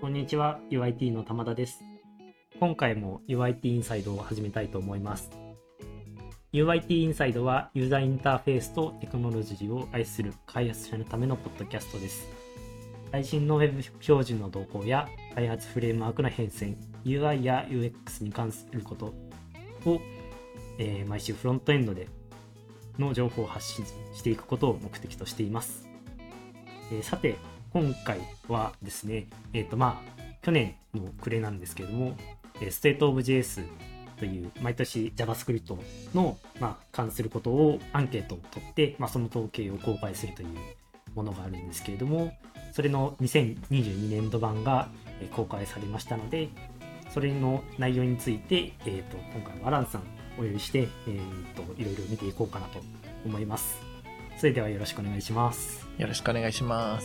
こんにちは、UIT の玉田です。今回も UIT インサイドを始めたいと思います。UIT インサイドはユーザーインターフェースとテクノロジーを愛する開発者のためのポッドキャストです。最新の Web 標準の動向や開発フレームワークの変遷、UI や UX に関することを、毎週フロントエンドでの情報を発信していくことを目的としています。さて、今回はですね、去年の暮れなんですけれども、State of JS という毎年 JavaScript の、関することをアンケートを取って、その統計を公開するというものがあるんですけれども、それの2022年度版が公開されましたので、それの内容について、今回はアランさんをお呼びして、いろいろ見ていこうかなと思います。それではよろしくお願いします。 よろしくお願いします。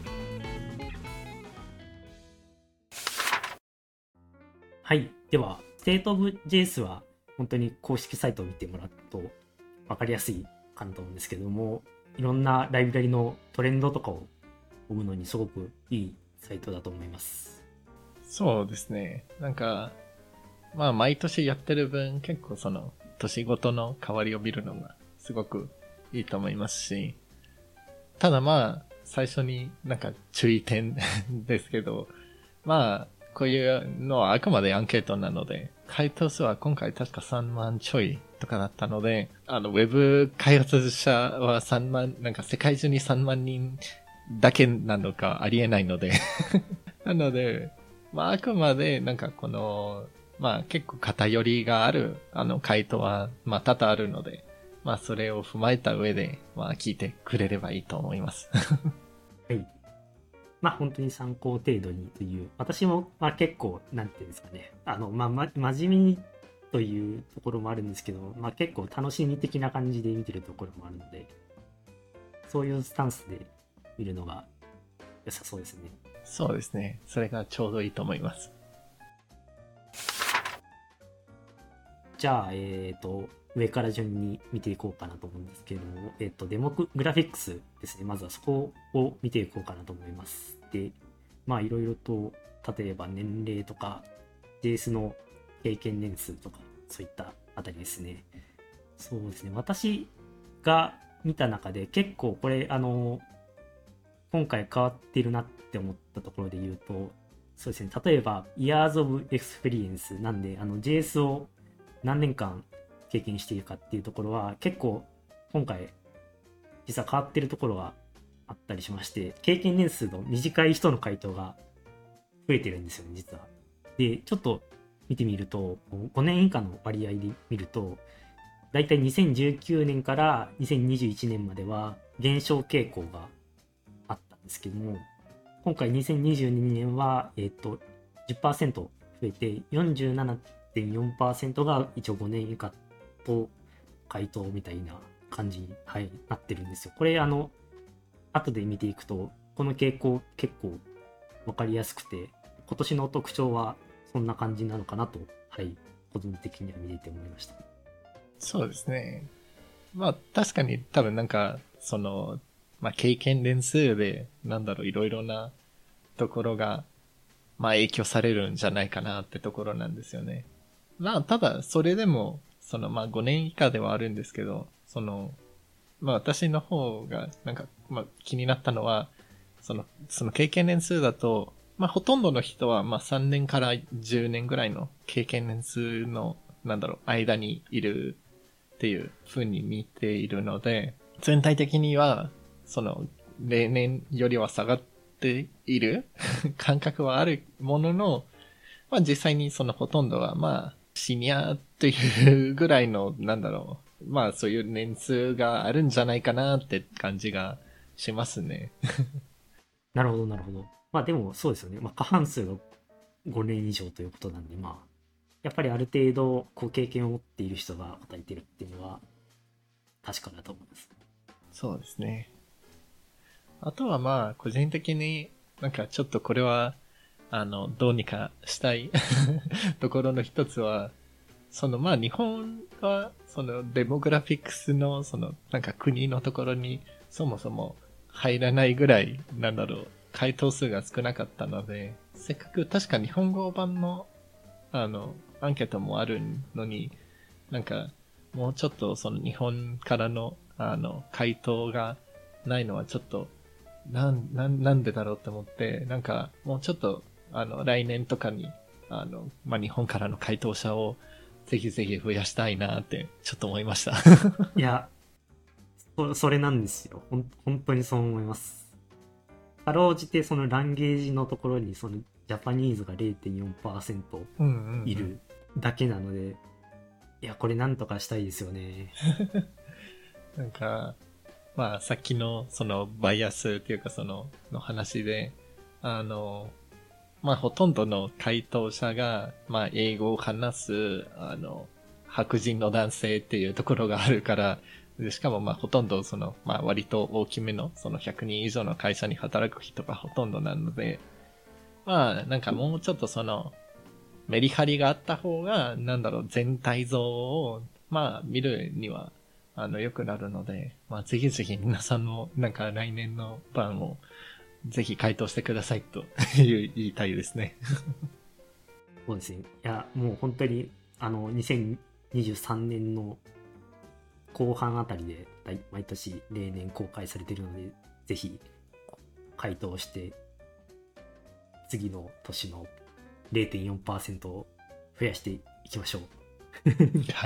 はい。では、State of JS は本当に公式サイトを見てもらうと分かりやすいかなと思うんですけども、いろんなライブラリのトレンドとかを追うのにすごくいいサイトだと思います。 そうですね。毎年やってる分、結構その年ごとの変わりを見るのがすごくいいと思いますし、ただ最初に注意点ですけど、こういうのはあくまでアンケートなので、回答数は今回確か3万ちょいとかだったので、ウェブ開発者は3万、世界中に3万人だけなのかありえないので。なので、あくまでこの、結構偏りがある回答は多々あるので、それを踏まえた上で聞いてくれればいいと思います。 はい。本当に参考程度にという、私も結構なんていうんですかね、真面目にというところもあるんですけど、結構楽しみ的な感じで見てるところもあるので、そういうスタンスで見るのが良さそうですね。 そうですね。それがちょうどいいと思います。 じゃあ、上から順に見ていこうかなと思うんですけれども、デモグラフィックスですね。まずはそこを見ていこうかなと思います。で、いろいろと、例えば年齢とか、JS の経験年数とか、そういったあたりですね。そうですね。私が見た中で結構これ、今回変わっているなって思ったところで言うと、そうですね。例えば、Years of Experience なんで、JS を何年間経験しているかっていうところは結構今回実は変わってるところがあったりしまして、経験年数の短い人の回答が増えてるんですよね、実は。で、ちょっと見てみると、5年以下の割合で見ると、だいたい2019年から2021年までは減少傾向があったんですけども、今回2022年は、10% 増えて47.4% が一応5年以下と回答みたいな感じに、なってるんですよ。これ後で見ていくとこの傾向結構分かりやすくて、今年の特徴はそんな感じなのかなと、個人的には見てて思いました。 そうですね。確かに多分その経験年数でいろいろなところが影響されるんじゃないかなってところなんですよね。ただそれでも5年以下ではあるんですけど、私の方が気になったのは、その経験年数だと、ほとんどの人は3年から10年ぐらいの経験年数の間にいるっていう風に見ているので、全体的には例年よりは下がっている感覚はあるものの、実際にほとんどはシニアというぐらいのそういう年数があるんじゃないかなって感じがしますね。 なるほどなるほど。でもそうですよね。過半数が5年以上ということなんで、やっぱりある程度経験を持っている人が答えてるっていうのは確かだと思います。 そうですね。あとは個人的にちょっとこれはどうにかしたいところの一つは、日本はデモグラフィックスの国のところにそもそも入らないぐらい回答数が少なかったので、 せっかく確か日本語版の、アンケートもあるのに、なんか、もうちょっとその日本からの、回答がないのはちょっと、なんでだろうって思って、なんか、もうちょっと、来年とかに、日本からの回答者を、ぜひぜひ増やしたいなって、ちょっと思いました。 いや、それなんですよ。本当にそう思います。かろうじてそのランゲージのところにそのジャパニーズが 0.4% うんうんうん、 いるだけなので、いや、これなんとかしたいですよね。 なんか、さっきのそのバイアスっていうかの話で、ほとんどの回答者が、英語を話す、白人の男性っていうところがあるから、でしかもほとんど割と大きめの、100人以上の会社に働く人がほとんどなので、なんかもうちょっとメリハリがあった方が、全体像を、見るには、良くなるので、ぜひぜひ皆さんも、なんか来年の版を、ぜひ回答してくださいと言いたいですね。 そうですね。いや、もう本当に、2023年の後半あたりで、毎年例年公開されているので、ぜひ、回答して、次の年の 0.4% を増やしていきましょう。 はい。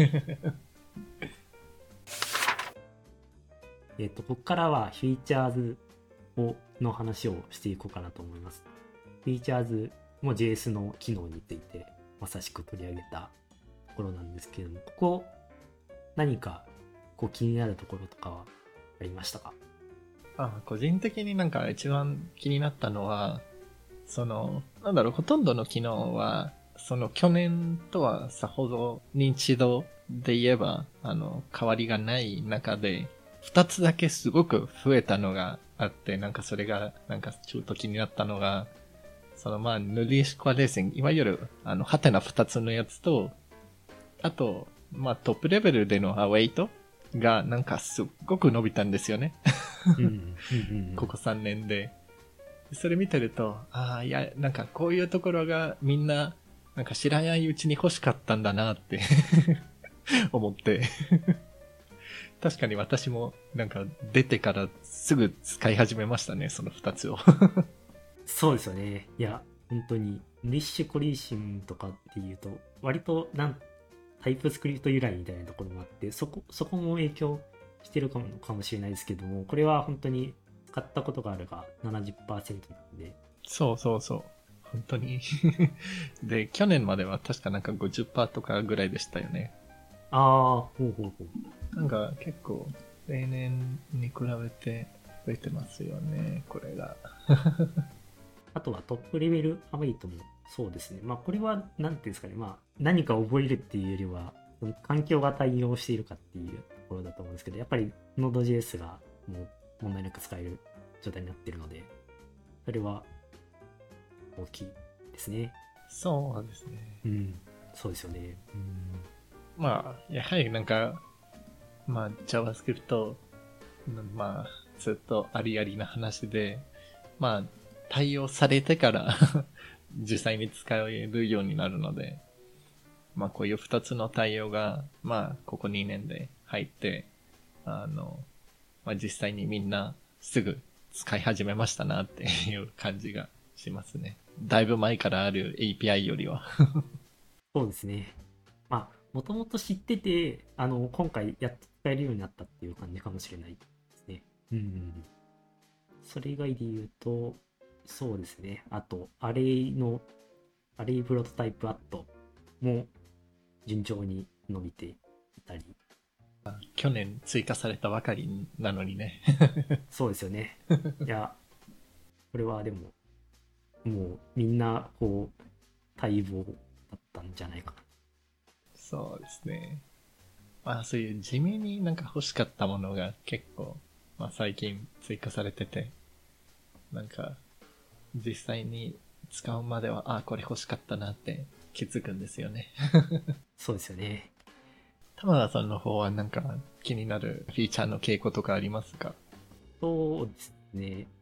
ここからはフィーチャーズの話をしていこうかなと思います。フィーチャーズも JS の機能についてまさしく取り上げたところなんですけれども、ここ何か気になるところとかはありましたか？ 個人的になんか一番気になったのは、ほとんどの機能は、去年とはさほど認知度で言えば、変わりがない中で、二つだけすごく増えたのがあって、なんかそれが、なんかちょっと気になったのが、ヌリシコアレーシング、いわゆる、ハテナ二つのやつと、あと、トップレベルでのアウェイトが、なんかすっごく伸びたんですよね。ここ3年で。それ見てると、いや、なんかこういうところがみんな、なんか知らないうちに欲しかったんだなって思って。確かに私もなんか出てからすぐ使い始めましたね、その2つを。 そうですよね。いや、本当に、メッシュコリーシンとかっていうと、割とタイプスクリプト由来みたいなところもあって、そこも影響してるかもしれないですけども、これは本当に使ったことがあるが 70% なんで。 そう。本当に。で、去年までは確かなんか 50% とかぐらいでしたよね。 ほう。 なんか結構例年に比べて増えてますよね、これが。 あとはトップレベルアウェイトもそうですね。これは何ていうんですかね。何か覚えるっていうよりは、環境が対応しているかっていうところだと思うんですけど、やっぱり Node.js がもう問題なく使える状態になっているので、それは大きいですね。 そうですね。 そうですよね。 やはりなんか、JavaScript、ずっとありありな話で、対応されてから実際に使えるようになるので、こういう二つの対応が、ここ2年で入って、実際にみんなすぐ使い始めましたなっていう感じがしますね。だいぶ前からある API よりは。 そうですね。もともと知ってて、今回やっと使えるようになったっていう感じかもしれないですね。それ以外で言うと、そうですね。あと、アレイプロトタイプアットも順調に伸びていたり。 去年追加されたばかりなのにね。 そうですよね。いや、これはでも、もうみんな待望だったんじゃないかな。 そうですね。そういう地味になんか欲しかったものが結構、最近追加されてて、なんか、実際に使うまでは、これ欲しかったなって気づくんですよね。 そうですよね。 玉田さんの方はなんか気になるフィーチャーの傾向とかありますか？ そうですね。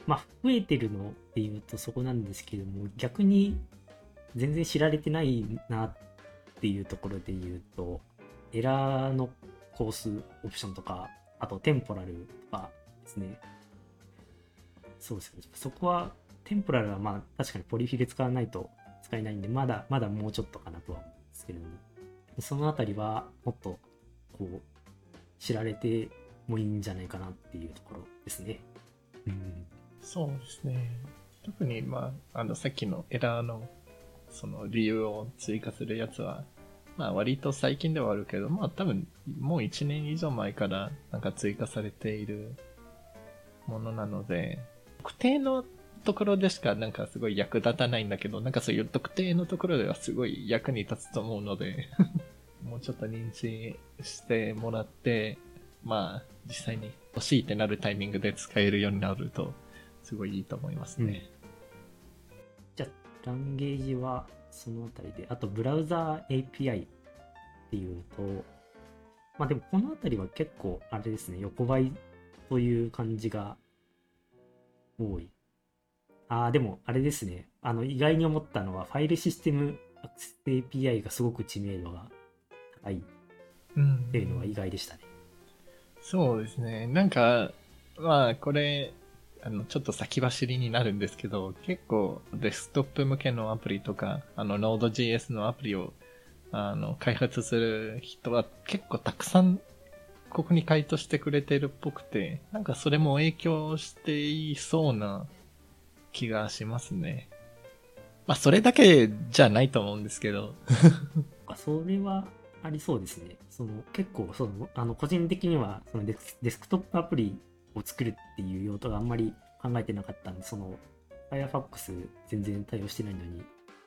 まあ、増えてるのっていうとそこなんですけども、逆に全然知られてないなっていうところで言うと、エラーのコースオプションとか、あとテンポラルとかですね。そうですね。そこは、テンポラルはまあ確かにポリフィル使わないと使えないんで、まだもうちょっとかなとは思うんですけれども、そのあたりはもっとこう知られてもいいんじゃないかなっていうところですね。うん、 そうですね。特に、まあ、さっきのエラーの、その理由を追加するやつは、まあ、割と最近ではあるけど、まあ、多分、もう1年以上前から、なんか追加されているものなので、特定のところでしかなんかすごい役立たないんだけど、なんかそういう特定のところではすごい役に立つと思うので、もうちょっと認知してもらって、まあ、実際に欲しいってなるタイミングで使えるようになると、すごいいいと思いますね。 じゃあ、ランゲージはそのあたりで、あとブラウザー API っていうと、まあでもこのあたりは結構あれですね、横ばいという感じが多い。でもあれですね、意外に思ったのは、ファイルシステムアクセス API がすごく知名度が高いっていうのは意外でしたね。 そうですね。なんか、まあ、これ、ちょっと先走りになるんですけど、結構デスクトップ向けのアプリとか、Node.js のアプリを、開発する人は結構たくさん、ここに回答してくれてるっぽくて、なんかそれも影響していそうな気がしますね。まあ、それだけじゃないと思うんですけど。 それはありそうですね。結構個人的にはデスクトップアプリを作るっていう用途があんまり考えてなかったんで、Firefox 全然対応してないのに、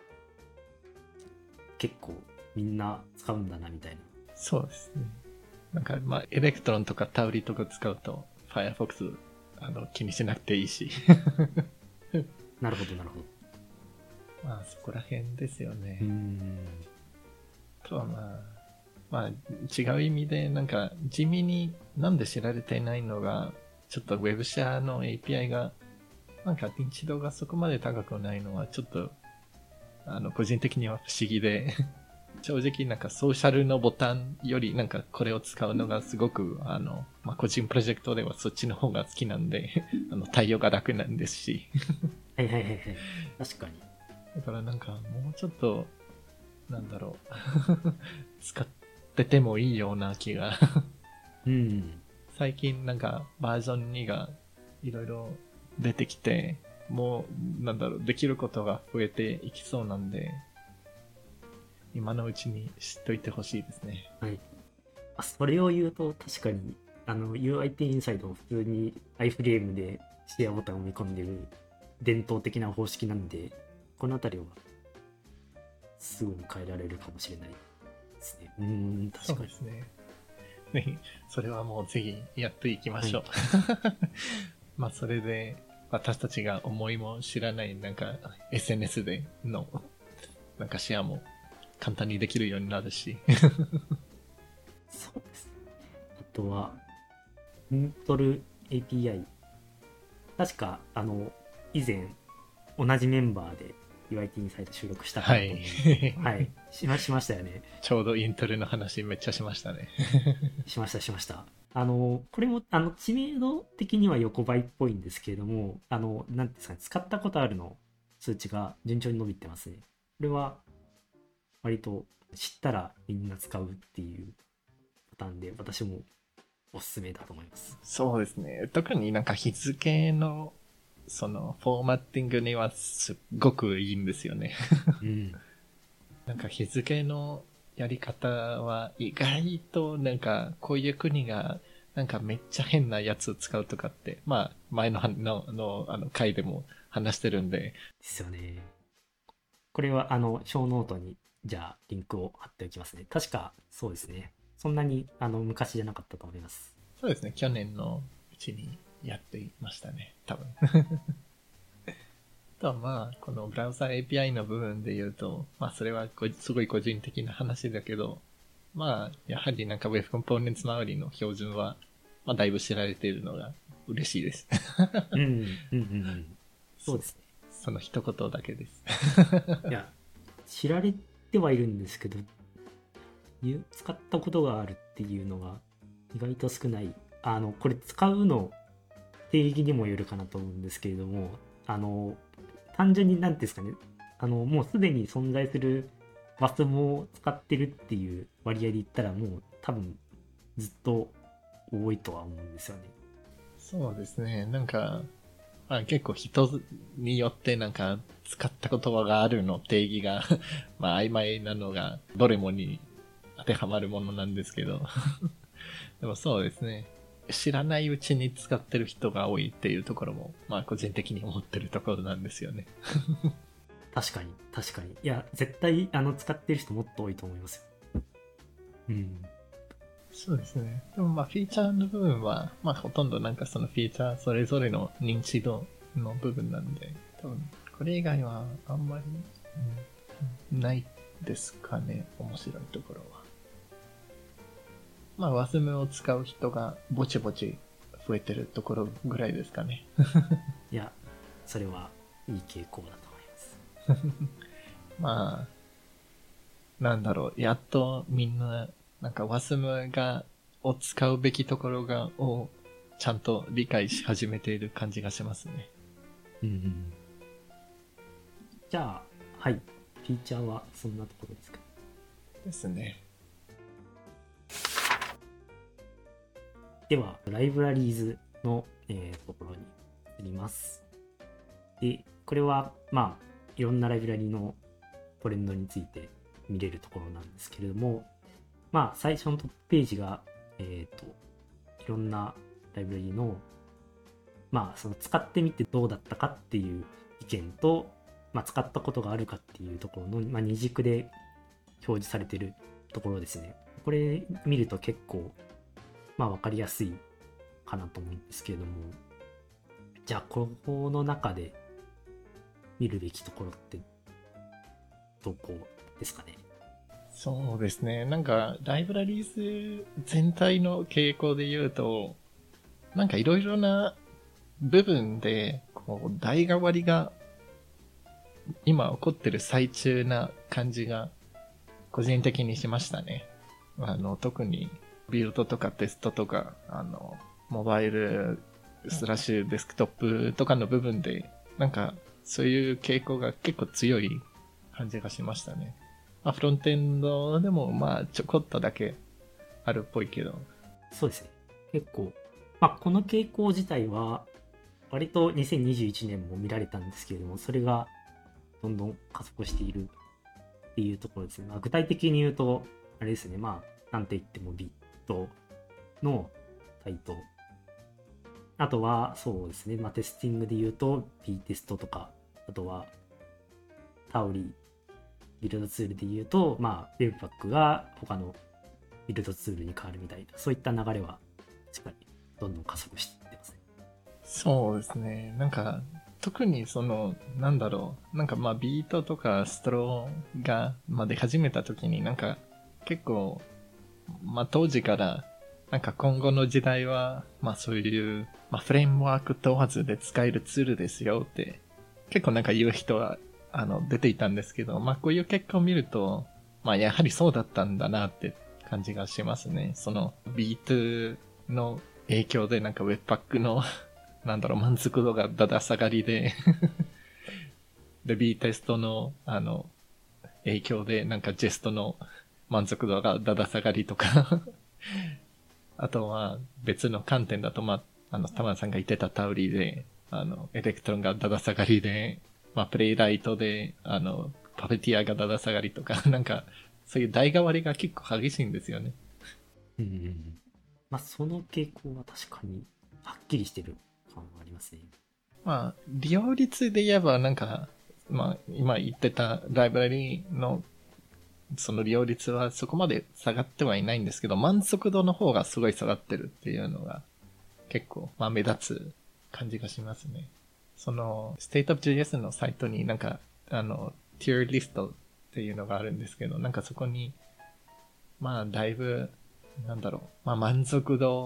結構みんな使うんだなみたいな。 そうですね。なんか、まあ、エレクトロンとかタウリとか使うと、Firefox、気にしなくていいし。 なるほど、なるほど。 まあ、そこら辺ですよね。とはまあ、違う意味で、なんか、地味になんで知られていないのが、ちょっと Web シェアの API が、なんか認知度がそこまで高くないのは、ちょっと、個人的には不思議で、正直なんかソーシャルのボタンよりなんかこれを使うのがすごくまあ、個人プロジェクトではそっちの方が好きなんで対応が楽なんですしはいはいはいはい。確かに。 だからなんかもうちょっとなんだろう使っててもいいような気がうん。 最近なんかバージョン2がいろいろ出てきてもうなんだろうできることが増えていきそうなんで今のうちに知っといてほしいですね。 はい。それを言うと、確かに、UIT インサイドも普通に iFrame でシェアボタンを見込んでる伝統的な方式なんで、このあたりはすぐに変えられるかもしれないですね。確かに。 そうですね。ぜひ、それはもうぜひやっていきましょう。はい、まあ、それで、私たちが思いも知らない、なんか、SNS での、なんかシェアも簡単にできるようになるし。 そうですね。あとは、イントル API。確か、以前、同じメンバーで UIT インサイド収録したかなと思う。はい。しましたよね。 ちょうどイントルの話めっちゃしましたね。 しました。これも、知名度的には横ばいっぽいんですけれども、なんていうんですかね、使ったことあるの数値が順調に伸びてますね。これは、割と知ったらみんな使うっていうパターンで、私もおすすめだと思います。 そうですね。特になんか日付の、その、フォーマッティングにはすっごくいいんですよね。 うん。 なんか日付のやり方は意外となんかこういう国がなんかめっちゃ変なやつを使うとかって、まあ前の回でも話してるんで。 ですよね。これは小ノートにじゃあリンクを貼っておきますね。確かそうですね。そんなに昔じゃなかったと思います。 そうですね。去年のうちにやっていましたね。多分。とはまあ、このブラウザ API の部分で言うと、まあそれはすごい個人的な話だけど、まあ、やはりなんか Web Components 周りの標準は、まあだいぶ知られているのが嬉しいです。 うん、うん、うん、うん。そうですね。 その一言だけです。 いや、知られてはいるんですけど、使ったことがあるっていうのが意外と少ない。これ使うの定義にもよるかなと思うんですけれども、単純に何ていうんですかね、もうすでに存在するバスも使ってるっていう割合で言ったら、もう多分ずっと多いとは思うんですよね。 そうですね。なんか、結構人によってなんか使った言葉があるの定義がまあ曖昧なのがどれもに当てはまるものなんですけどでもそうですね。知らないうちに使ってる人が多いっていうところも、まあ個人的に思ってるところなんですよね。 確かに、確かに。いや、絶対、使ってる人もっと多いと思いますよ。うん。 そうですね。でもまあフィーチャーの部分は、まあほとんどなんかそのフィーチャーそれぞれの認知度の部分なんで、多分これ以外はあんまり、ないですかね。面白いところは。まあ WASM を使う人がぼちぼち増えてるところぐらいですかね。 いや、それはいい傾向だと思います。 まあ、なんだろう。やっとみんな、なんか WASM を使うべきところをちゃんと理解し始めている感じがしますね。 うんうん。じゃあ、はい。フィーチャーはそんなところですか。 ですね。 では、ライブラリーズの、ところに移ります。で、これは、まあ、いろんなライブラリのトレンドについて見れるところなんですけれども、まあ、最初のトップページが、いろんなライブラリの、まあ、その使ってみてどうだったかっていう意見と、まあ、使ったことがあるかっていうところの、まあ、二軸で表示されてるところですね。これ見ると結構、まあ、わかりやすいかなと思うんですけれども、じゃあ、ここの中で見るべきところってどこですかね。 そうですね。なんか、ライブラリーズ全体の傾向で言うと、なんかいろいろな部分で、こう、代替わりが今起こってる最中な感じが個人的にしましたね。特にビルドとかテストとか、モバイルスラッシュデスクトップとかの部分で、なんかそういう傾向が結構強い感じがしましたね。まあ、フロントエンドでもまあちょこっとだけあるっぽいけど。 そうですね。結構、まあ、この傾向自体は、割と2021年も見られたんですけれども、それがどんどん加速しているっていうところですね。まあ、具体的に言うと、あれですね、まあ、なんて言ってもビットの台頭。あとは、そうですね、まあ、テスティングで言うと、B テストとか、あとは、タウリー、ビルドツールで言うと、まあ、Webpack が他のビルドツールに変わるみたいな、そういった流れは、確かにどんどん加速していってますね。 そうですね。なんか、特にその、なんだろう。なんかまあビートとかストローが、まあ、出始めた時になんか結構、まあ当時からなんか今後の時代は、まあそういう、まあフレームワーク問わずで使えるツールですよって結構なんか言う人は、出ていたんですけど、まあこういう結果を見ると、まあやはりそうだったんだなって感じがしますね。そのビートの影響でなんか Webpack のなんだろう、満足度がだだ下がりでで、B テストの、影響で、なんかジェストの満足度がだだ下がりとかあとは、別の観点だと、まあ、玉田さんが言ってたタウリーで、エレクトロンがだだ下がりで、まあ、プレイライトで、パフェティアがだだ下がりとか、なんか、そういう代替わりが結構激しいんですよね。 うんうんうん。まあ、その傾向は確かに、はっきりしてる感はありますね。 まあ、利用率で言えば、なんか、まあ、今言ってたライブラリの、その利用率はそこまで下がってはいないんですけど、満足度の方がすごい下がってるっていうのが、結構、まあ目立つ感じがしますね。その、State of JS のサイトになんか、ティアリストっていうのがあるんですけど、なんかそこに、まあだいぶ、なんだろう、まあ満足度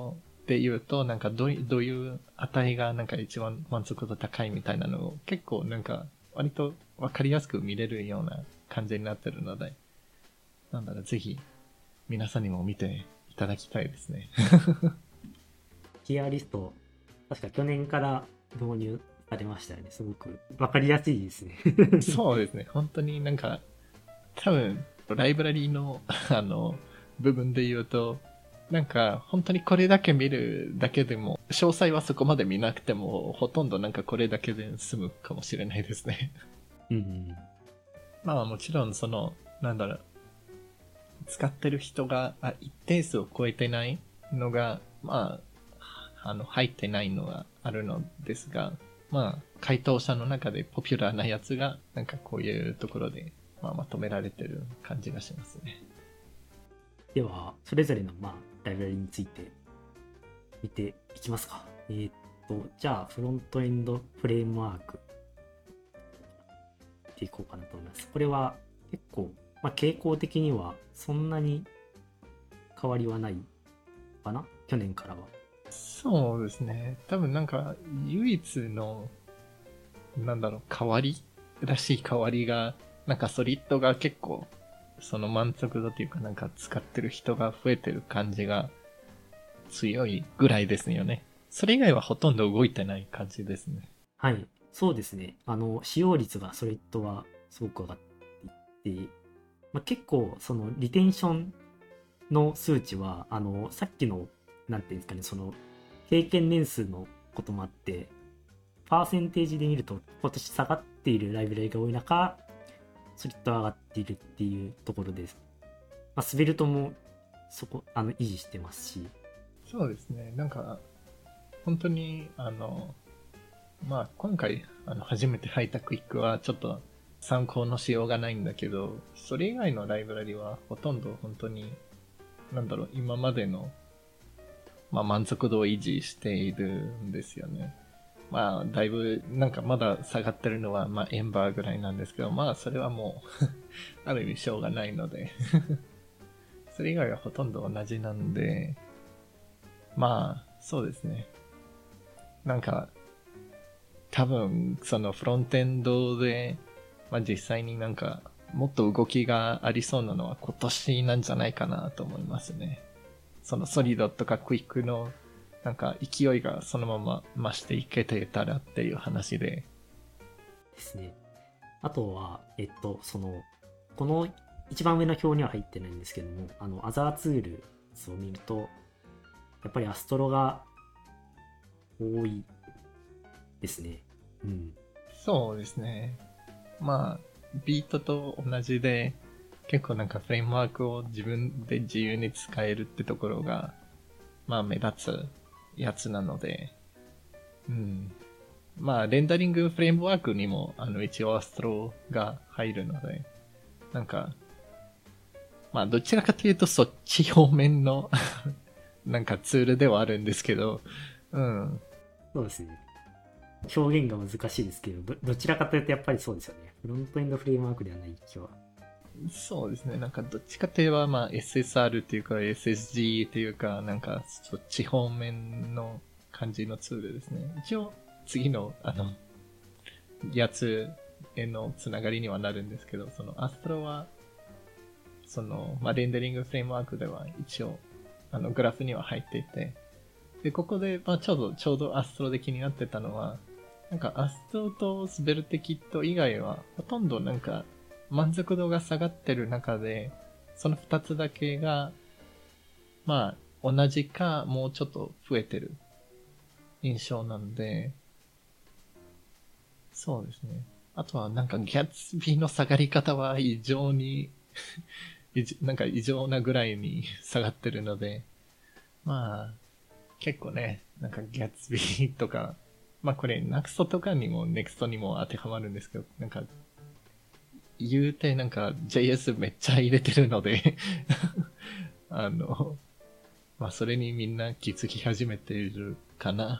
で言うと、なんかどういう値がなんか一番満足度高いみたいなのを結構なんか割とわかりやすく見れるような感じになってるので、なんだろう、ぜひ皆さんにも見ていただきたいですね。 ティアリスト、確か去年から導入されましたよね。すごくわかりやすいですね。 そうですね。本当になんか、多分、ライブラリーの部分で言うと、なんか、本当にこれだけ見るだけでも、詳細はそこまで見なくても、ほとんどなんかこれだけで済むかもしれないですね。 うん、 まあもちろんなんだろう、使ってる人が一定数を超えてないのが、まあ、入ってないのはあるのですが、まあ、回答者の中でポピュラーなやつが、なんかこういうところで、まあ、まとめられてる感じがしますね。 では、それぞれの、ライブラリについて見ていきますか。じゃあ、フロントエンドフレームワーク見ていこうかなと思います。これは結構、傾向的にはそんなに変わりはないかな、去年からは。 そうですね。多分なんか、唯一の、なんだろう、変わりらしい変わりが、なんかソリッドが結構、その満足度というかなんか使ってる人が増えてる感じが強いぐらいですよね。それ以外はほとんど動いてない感じですね。 はい、そうですね。使用率がソリッドはすごく上がっていって、結構そのリテンションの数値は、さっきの、なんていうんですかね、その経験年数のこともあって、パーセンテージで見ると今年下がっているライブラリが多い中、ソリッド上がっているっていうところです。スベルトも維持してますし。 そうですね。なんか、本当に、まあ、今回、初めて入ったクイックはちょっと参考のしようがないんだけど、それ以外のライブラリはほとんど本当に、なんだろう、今までの、まあ、満足度を維持しているんですよね。まあ、だいぶ、なんかまだ下がってるのは、まあ、エンバーぐらいなんですけど、まあ、それはもうある意味しょうがないのでそれ以外はほとんど同じなんで、まあ、そうですね。なんか、多分、そのフロントエンドで、まあ実際になんか、もっと動きがありそうなのは今年なんじゃないかなと思いますね。そのソリドとかクイックのなんか勢いがそのまま増していけてたらっていう話で。 ですね。あとは、この一番上の表には入ってないんですけども、アザーツールを見ると、やっぱりアストロが多いですね。うん。 そうですね。まあ、ビートと同じで、結構なんかフレームワークを自分で自由に使えるってところが、まあ目立つやつなので、うん。まあ、レンダリングフレームワークにも、一応アストロが入るので、なんか、まあ、どちらかというとそっち方面のなんかツールではあるんですけど、うん。 そうですね。表現が難しいですけど、どちらかというとやっぱりそうですよね。フロントエンドフレームワークではない気は。 そうですね。なんかどっちかといえば、まあ SSR っていうか SSG っていうか、なんかそっち方面の感じのツールですね。一応、次のやつへのつながりにはなるんですけど、そのアストロは、まあレンダリングフレームワークでは一応、グラフには入っていて、で、ここで、まあちょうどアストロで気になってたのは、なんかアストロとスベルテキット以外は、ほとんどなんか、満足度が下がってる中で、その二つだけが、まあ、同じか、もうちょっと増えてる印象なんで、そうですね。あとはなんかギャッツビーの下がり方は異常になんか異常なぐらいに下がってるので、まあ、結構ね、なんかギャッツビーとか、まあこれ、ナクストとかにもネクストにも当てはまるんですけど、なんか、言うてなんか JS めっちゃ入れてるのでまあそれにみんな気づき始めているかな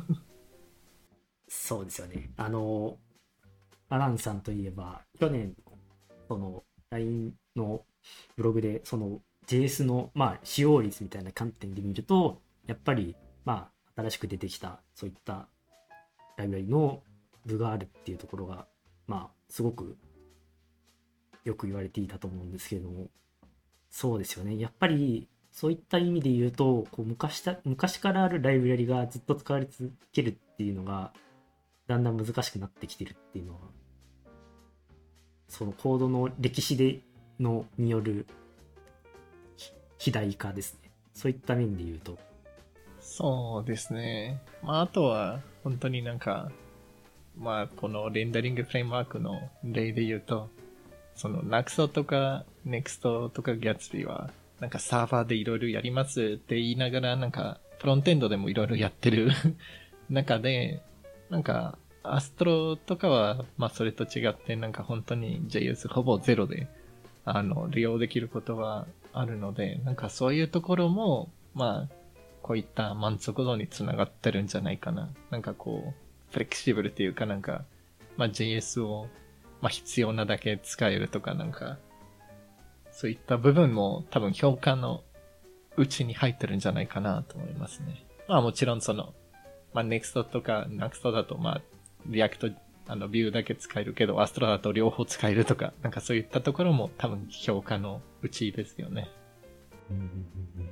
そうですよね。アランさんといえば、去年、LINE のブログで、JS の、使用率みたいな観点で見ると、やっぱりまあ、新しく出てきた、そういったライブラリの部があるっていうところが、まあ、すごくよく言われていたと思うんですけれども、そうですよね。やっぱり、そういった意味で言うと、こう昔からあるライブラリがずっと使われ続けるっていうのが、だんだん難しくなってきてるっていうのは、そのコードの歴史による肥大化ですね。そういった面で言うと。 そうですね。まあ、あとは、本当になんか、まあ、このレンダリングフレームワークの例で言うと、その Naxo とか Next とか Gatsby は、なんかサーバーでいろいろやりますって言いながら、なんかフロントエンドでもいろいろやってる中で、なんか Astro とかは、まあそれと違って、なんか本当に JS ほぼゼロで、利用できることはあるので、なんかそういうところも、まあ、こういった満足度につながってるんじゃないかな。なんかこう、フレキシブルっていうかなんか、まあ JS を、まあ必要なだけ使えるとかなんか、そういった部分も多分評価のうちに入ってるんじゃないかなと思いますね。まあもちろんその、まあ Next とか Next だとまあ、React、ビューだけ使えるけど、Astro だと両方使えるとか、なんかそういったところも多分評価のうちですよね。 うんうんうんうん。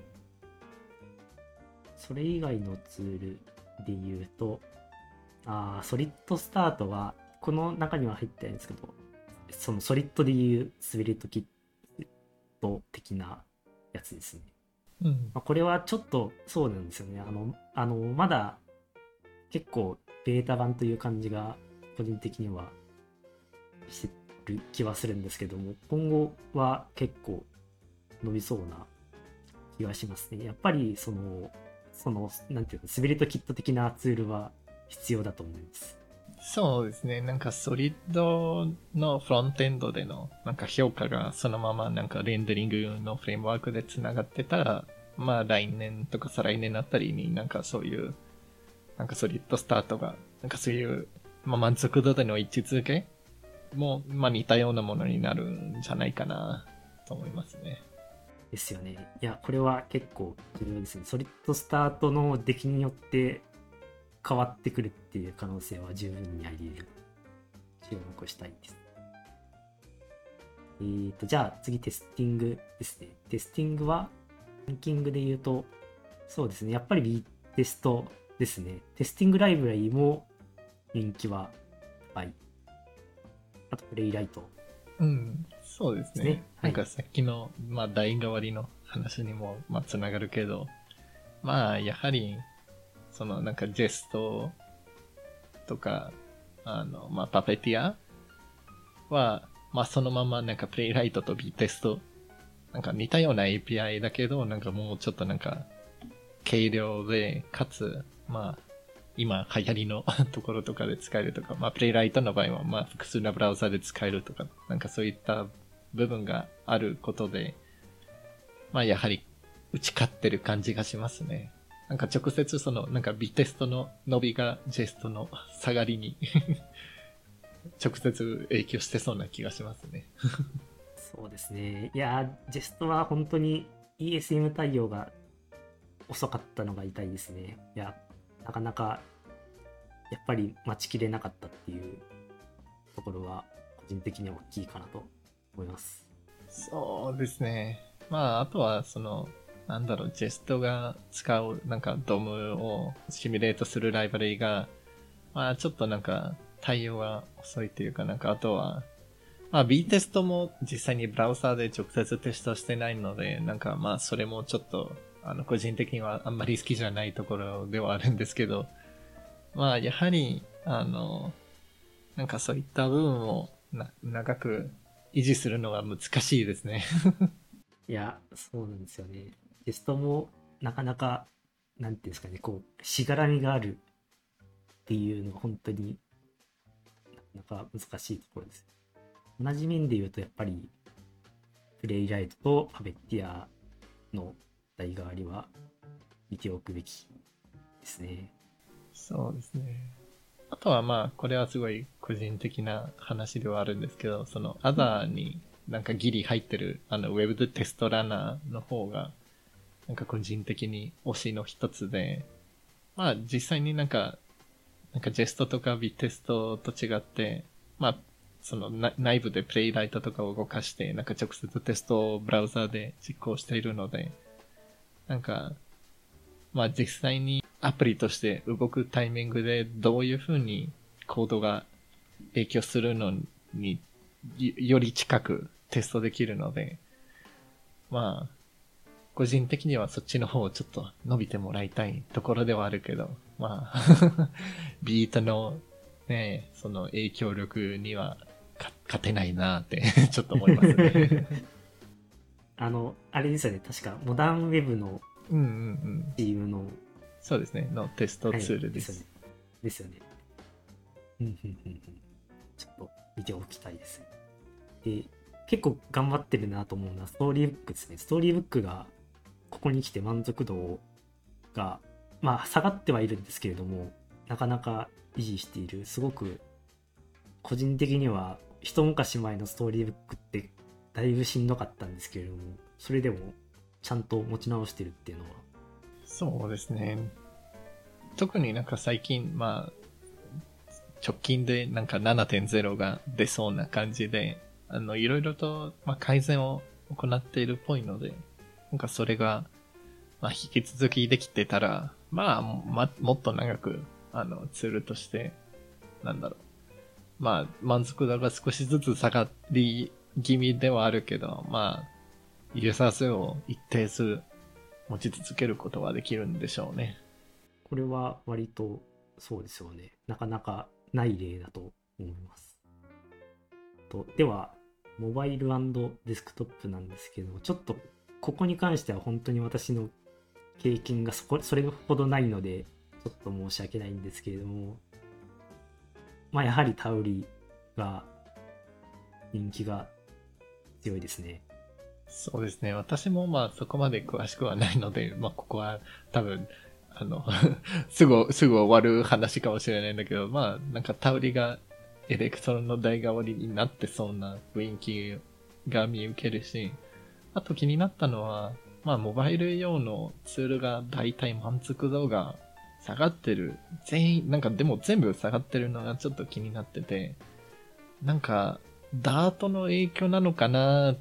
それ以外のツールで言うと、ソリッドスタートは、この中には入ってないんですけど、そのソリッドでいう滑りとキット的なやつですね。 うん。 まあ、これはちょっとそうなんですよね。まだ結構ベータ版という感じが個人的にはしてる気はするんですけども、今後は結構伸びそうな気がしますね。やっぱりなんていうの、滑りとキット的なツールは必要だと思います。 そうですね。なんかソリッドのフロントエンドでのなんか評価がそのままなんかレンダリングのフレームワークで繋がってたら、まあ来年とか再来年あたりになんかそういうなんかソリッドスタートがなんかそういうまあ満足度での位置づけもまあ似たようなものになるんじゃないかなと思いますね。 ですよね。いや、これは結構重要ですね。ソリッドスタートの出来によって変わってくるっていう可能性は十分にあり得る。注目したいです。じゃあ次テスティングですね。テスティングは、ランキングで言うと、そうですね。やっぱり B テストですね。テスティングライブラリも人気は高い。あと、プレイライトうん、そうですね。 ですね。はい。 なんかさっきの、まあ、代替わりの話にも、まあ、つながるけど、まあ、やはり、その、なんか、ジェストとか、まあ、パペティアは、まあ、そのまま、なんか、プレイライトと B テスト、なんか似たような API だけど、なんかもうちょっとなんか、軽量で、かつ、まあ、今流行りのところとかで使えるとか、まあ、プレイライトの場合は、まあ、複数のブラウザで使えるとか、なんかそういった部分があることで、まあ、やはり打ち勝ってる感じがしますね。なんか直接その、なんか B テストの伸びがジェストの下がりに直接影響してそうな気がしますね。 そうですね。いやー、ジェストは本当に ESM 対応が遅かったのが痛いですね。いや、なかなか、やっぱり待ちきれなかったっていうところは、個人的には大きいかなと思います。 そうですね。まあ、あとは、その、なんだろう、ジェストが使う、なんか、ドムをシミュレートするライブラリが、まあ、ちょっとなんか、対応が遅いというか、なんか、あとは、まあ、B テストも実際にブラウザーで直接テストしてないので、なんか、まあ、それもちょっと、個人的にはあんまり好きじゃないところではあるんですけど、まあ、やはり、なんかそういった部分を長く維持するのは難しいですね。 いや、そうなんですよね。テストもなかなか、なんていうんですかね、こう、しがらみがあるっていうのが本当になかなか難しいところです。同じ面で言うと、やっぱり、プレイライトとパベッティアの代替わりは見ておくべきですね。 そうですね。あとはまあ、これはすごい個人的な話ではあるんですけど、その、アザーになんかギリ入ってる、ウェブテストランナーの方が、なんか個人的に推しの一つで、 まあ実際になんかジェストとかビテストと違って、まあ、その内部でプレイライトとかを動かして、なんか直接テストをブラウザーで実行しているので、なんか、まあ実際にアプリとして動くタイミングでどういう風にコードが影響するのにより近くテストできるので、まあ、個人的にはそっちの方をちょっと伸びてもらいたいところではあるけど、まあ、ビートのね、その影響力には勝てないなってちょっと思いますね。 あれですよね、確かモダンウェブのうんうんうん。 チームの、 そうですね、のテストはい、 ツールです。 ですよね。うんうんうんうん。ちょっと見ておきたいですね。で、結構頑張ってるなと思うのはストーリーブックですね。ストーリーブックがここに来て満足度が、まあ下がってはいるんですけれども、なかなか維持している。すごく個人的には一昔前のストーリーブックってだいぶしんどかったんですけれども、それでもちゃんと持ち直してるっていうのは。 そうですね。特になんか最近、まあ、直近でなんか7.0が出そうな感じで、いろいろと、まあ、改善を行っているっぽいので、なんかそれが、まあ、引き続きできてたら、もっと長く、ツールとして、なんだろう。まあ、満足度が少しずつ下がり気味ではあるけど、まあ、ユーザー数を一定数持ち続けることはできるんでしょうね。 これは割とそうですよね。なかなかない例だと思います。では、モバイルデスクトップなんですけど、ちょっとここに関しては本当に私の経験がそれほどないので、ちょっと申し訳ないんですけれども、まあやはりタウリが人気が強いですね。 そうですね。私もまあそこまで詳しくはないので、まあここは多分、すぐ終わる話かもしれないんだけど、まあなんかタウリがエレクトロンの代替わりになってそうな雰囲気が見受けるし、あと気になったのは、まあモバイル用のツールが大体満足度が下がってる。なんかでも全部下がってるのがちょっと気になってて、なんか、ダートの影響なのかなーって、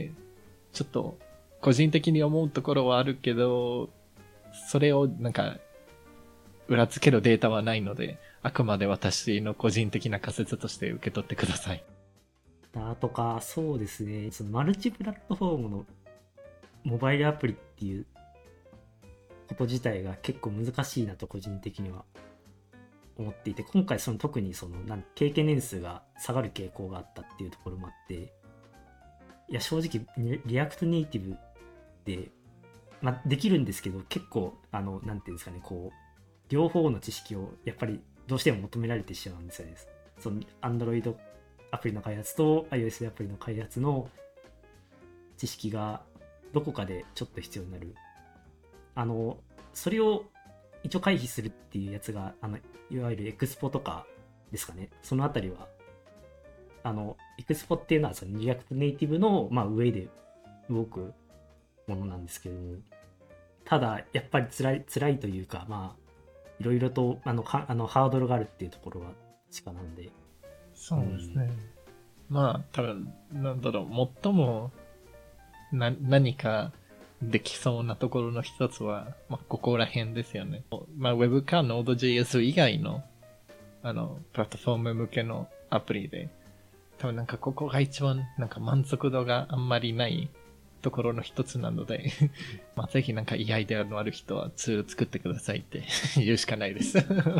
ちょっと個人的に思うところはあるけど、それをなんか裏付けるデータはないので、あくまで私の個人的な仮説として受け取ってください。 だとか、そうですね、そのマルチプラットフォームのモバイルアプリっていうこと自体が結構難しいなと個人的には思っていて、今回特に経験年数が下がる傾向があったっていうところもあって、いや正直リアクトネイティブで、まあ、できるんですけど、結構なんていうんですかね、こう両方の知識をやっぱりどうしても求められてしまうんですよね。その Android アプリの開発と iOS アプリの開発の知識がどこかでちょっと必要になる。それを一応回避するっていうやつが、いわゆるエクスポとかですかね。そのあたりは、エクスポっていうのはそのリアクトネイティブの、まあ、上で動くものなんですけども、ただ、やっぱり辛いというか、まあ、いろいろと、ハードルがあるっていうところは確かなんで。 そうですね。まあ、多分、なんだろう、最も、何かできそうなところの一つは、まあ、ここら辺ですよね。まあ、Web か Node.js 以外の、プラットフォーム向けのアプリで、多分なんかここが一番なんか満足度があんまりないところの一つなのでまあぜひなんかいいアイデアのある人はツール作ってくださいって言うしかないです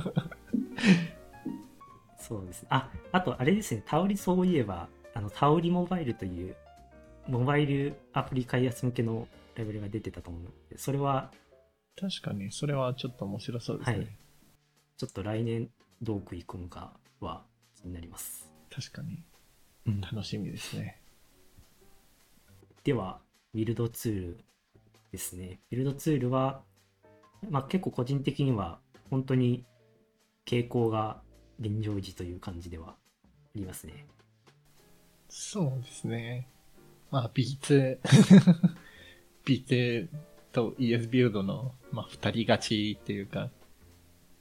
そうですね。あとあれですね、タウリそういえば、タウリモバイルというモバイルアプリ開発向けのライブラリが出てたと思うので、それは、 確かにそれはちょっと面白そうですね。 はい。ちょっと来年どう食い込むかは気になります。 確かに。 うん、 楽しみですね。 では、ビルドツールですね。ビルドツールは、まあ、結構個人的には本当に傾向が現状維持という感じではありますね。 そうですね。まあ B2 B2 と ES ビルドの、まあ、二人勝ちっていうか、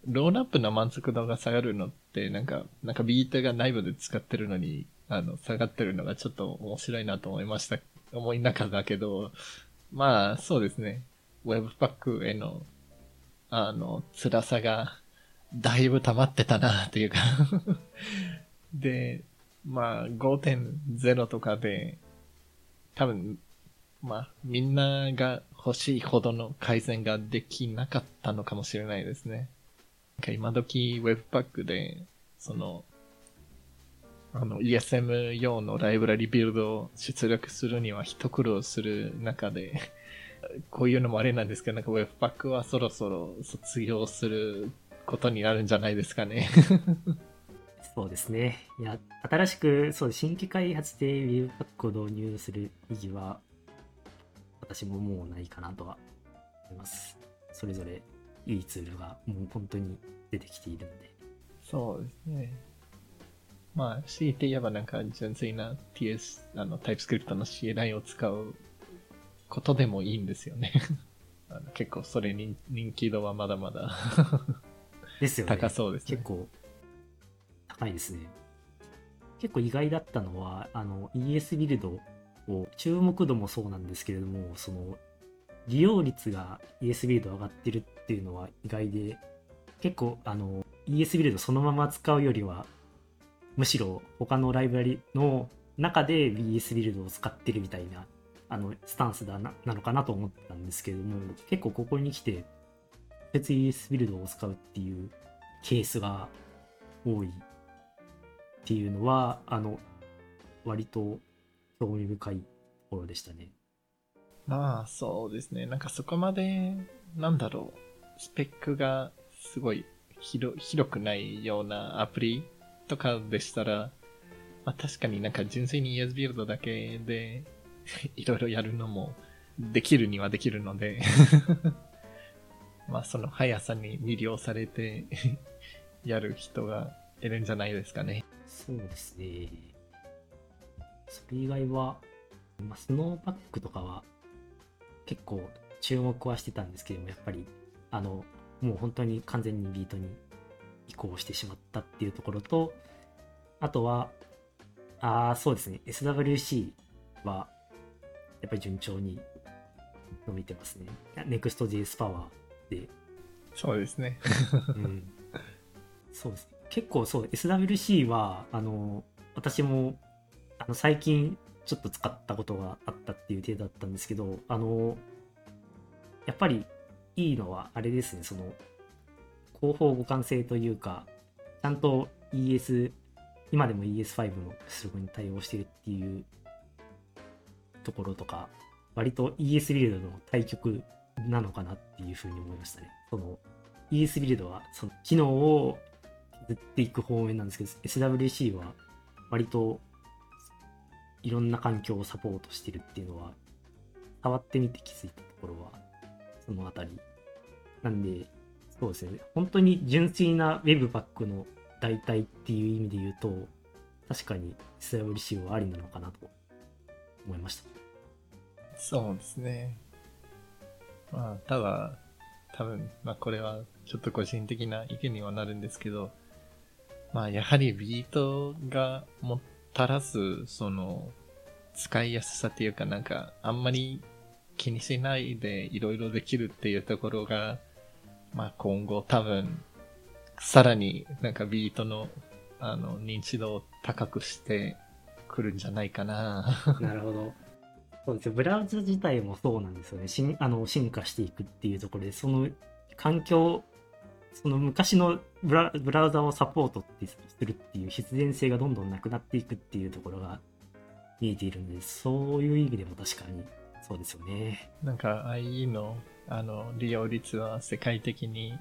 ロールアップの満足度が下がるのって、なんかビートが内部で使ってるのに、下がってるのがちょっと面白いなと思いながらだけど、まあ、そうですね。Webpack への、辛さが、だいぶ溜まってたなっていうかで、まあ、5.0 とかで、多分、まあ、みんなが欲しいほどの改善ができなかったのかもしれないですね。なんか今時 Webpack で、ESM 用のライブラリビルドを出力するには一苦労する中で、こういうのもあれなんですけど、なんか Webpack はそろそろ卒業することになるんじゃないですかね。 そうですね。いや、新しく、そう、新規開発で Webpack を導入する意義は、私ももうないかなとは思います。それぞれいいツールがもう本当に出てきているので。 そうですね。まあ、強いて言えばなんか純粋な TypeScript の CLI を使うことでもいいんですよね。結構それに人気度はまだまだですよね。 高そうですね。 結構高いですね。結構意外だったのは、ES ビルドを、注目度もそうなんですけれども、その、利用率が ES ビルド上がってるっていうのは意外で、結構、ES ビルドそのまま使うよりは、むしろ他のライブラリの中で BS ビルドを使ってるみたいな、スタンスなのかなと思ったんですけれども、結構ここに来て、別 ES ビルドを使うっていうケースが多いっていうのは、割と興味深いところでしたね。 まあ、そうですね。なんかそこまで、なんだろう、スペックがすごい広くないようなアプリとかでしたら、まあ確かになんか純粋に ES ビルドだけでいろいろやるのもできるにはできるのでまあその速さに魅了されてやる人がいるんじゃないですかね。 そうですね。それ以外は、スノーパックとかは結構注目はしてたんですけども、やっぱり、もう本当に完全にビートに移行してしまったっていうところと、あとは、そうですね、SWC は、やっぱり順調に伸びてますね。Next.js パワーで。 そうですね。 うん。そうですね。結構そう、SWC は、私も、最近ちょっと使ったことがあったっていう程度だったんですけど、やっぱりいいのは、あれですね、その、広報互換性というか、ちゃんと 今でも ES5 の出力に対応してるっていうところとか、割と ES ビルドの対極なのかなっていうふうに思いましたね。その ES ビルドはその機能を削っていく方面なんですけど、SWC は割といろんな環境をサポートしてるっていうのは、触ってみて気づいたところは、そのあたり。なんで、そうですね。本当に純粋な Webpack の代替っていう意味で言うと、確かに SWC はありなのかなと思いました。 そうですね。まあ、ただ、多分、まあこれはちょっと個人的な意見にはなるんですけど、まあやはりビートがもたらす、使いやすさっていうかなんか、あんまり気にしないでいろいろできるっていうところが、まあ今後多分、さらになんかビートの、認知度を高くしてくるんじゃないかな。 なるほど。そうですよ。ブラウザ自体もそうなんですよね。進化していくっていうところで、その環境、その昔のブラウザをサポートするっていう必然性がどんどんなくなっていくっていうところが見えているので、そういう意味でも確かにそうですよね。 なんか IE の利用率は世界的に